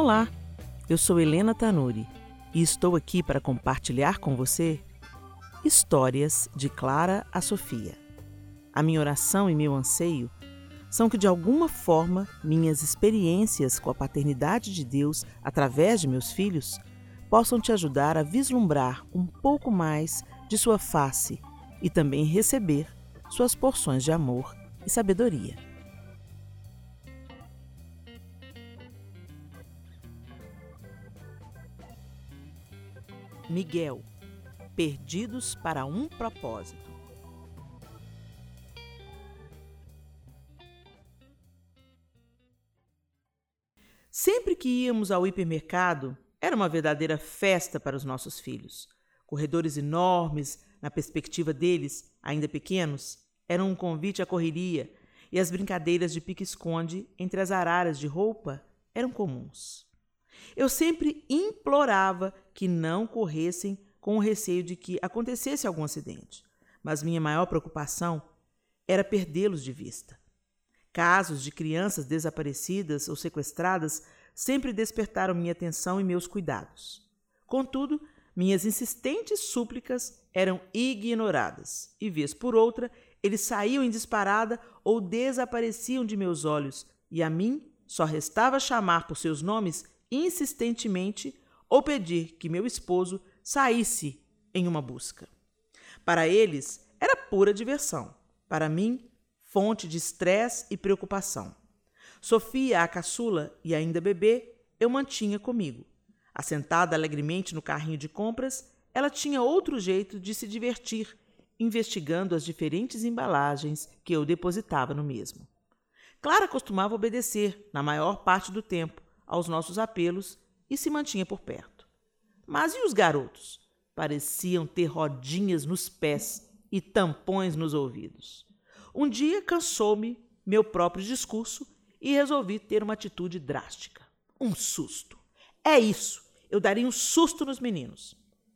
Olá, eu sou Helena Tanuri e estou aqui para compartilhar com você histórias de Clara a Sofia. A minha oração e meu anseio são que, de alguma forma, minhas experiências com a paternidade de Deus através de meus filhos possam te ajudar a vislumbrar um pouco mais de sua face e também receber suas porções de amor e sabedoria. Miguel, perdidos para um propósito. Sempre que íamos ao hipermercado, era uma verdadeira festa para os nossos filhos. Corredores enormes, na perspectiva deles, ainda pequenos, eram um convite à correria, e as brincadeiras de pique-esconde entre as araras de roupa eram comuns. Eu sempre implorava que não corressem com o receio de que acontecesse algum acidente, mas minha maior preocupação era perdê-los de vista. Casos de crianças desaparecidas ou sequestradas sempre despertaram minha atenção e meus cuidados. Contudo, minhas insistentes súplicas eram ignoradas e, vez por outra, eles saíam em disparada ou desapareciam de meus olhos, e a mim só restava chamar por seus nomes insistentemente ou pedir que meu esposo saísse em uma busca. Para eles, era pura diversão. Para mim, fonte de estresse e preocupação. Sofia, a caçula e ainda bebê, eu mantinha comigo. Assentada alegremente no carrinho de compras, ela tinha outro jeito de se divertir, investigando as diferentes embalagens que eu depositava no mesmo. Clara costumava obedecer, na maior parte do tempo, aos nossos apelos e se mantinha por perto. Mas e os garotos? Pareciam ter rodinhas nos pés e tampões nos ouvidos. Um dia cansou-me meu próprio discurso e resolvi ter uma atitude drástica. Um susto. É isso, eu daria um susto nos meninos.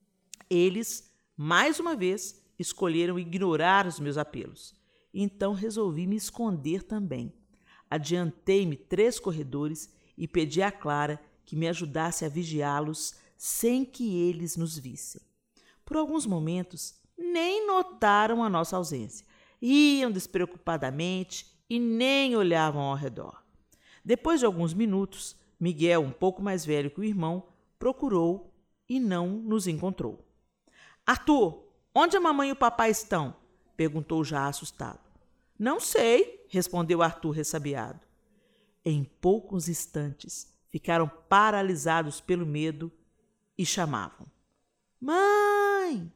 Eles, mais uma vez, escolheram ignorar os meus apelos. Então resolvi me esconder também. Adiantei-me 3 corredores e pedi a Clara que me ajudasse a vigiá-los sem que eles nos vissem. Por alguns momentos, nem notaram a nossa ausência. Iam despreocupadamente e nem olhavam ao redor. Depois de alguns minutos, Miguel, um pouco mais velho que o irmão, procurou e não nos encontrou. Arthur, onde a mamãe e o papai estão? Perguntou já assustado. Não sei, respondeu Arthur ressabiado. Em poucos instantes, ficaram paralisados pelo medo e chamavam. Mãe!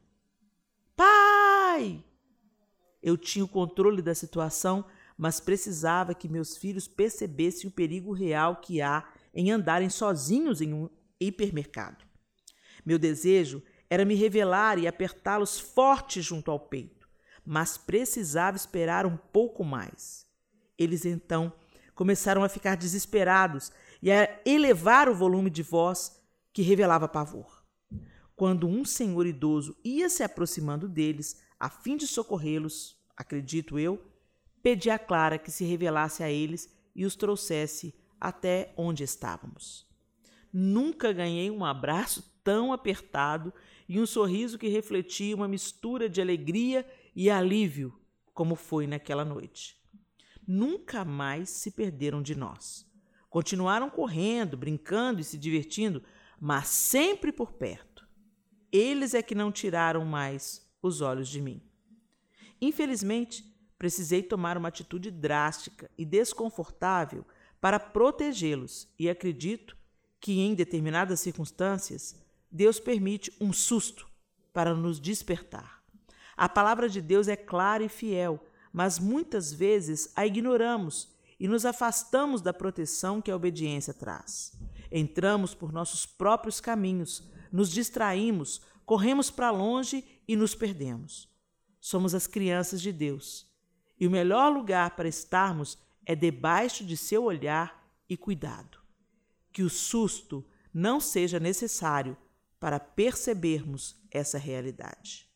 Pai! Eu tinha o controle da situação, mas precisava que meus filhos percebessem o perigo real que há em andarem sozinhos em um hipermercado. Meu desejo era me revelar e apertá-los forte junto ao peito, mas precisava esperar um pouco mais. Eles então começaram a ficar desesperados e a elevar o volume de voz que revelava pavor. Quando um senhor idoso ia se aproximando deles a fim de socorrê-los, acredito eu, pedi a Clara que se revelasse a eles e os trouxesse até onde estávamos. Nunca ganhei um abraço tão apertado e um sorriso que refletia uma mistura de alegria e alívio como foi naquela noite. Nunca mais se perderam de nós. Continuaram correndo, brincando e se divertindo, mas sempre por perto. Eles é que não tiraram mais os olhos de mim. Infelizmente, precisei tomar uma atitude drástica e desconfortável para protegê-los e acredito que, em determinadas circunstâncias, Deus permite um susto para nos despertar. A palavra de Deus é clara e fiel, mas muitas vezes a ignoramos e nos afastamos da proteção que a obediência traz. Entramos por nossos próprios caminhos, nos distraímos, corremos para longe e nos perdemos. Somos as crianças de Deus, e o melhor lugar para estarmos é debaixo de seu olhar e cuidado. Que o susto não seja necessário para percebermos essa realidade.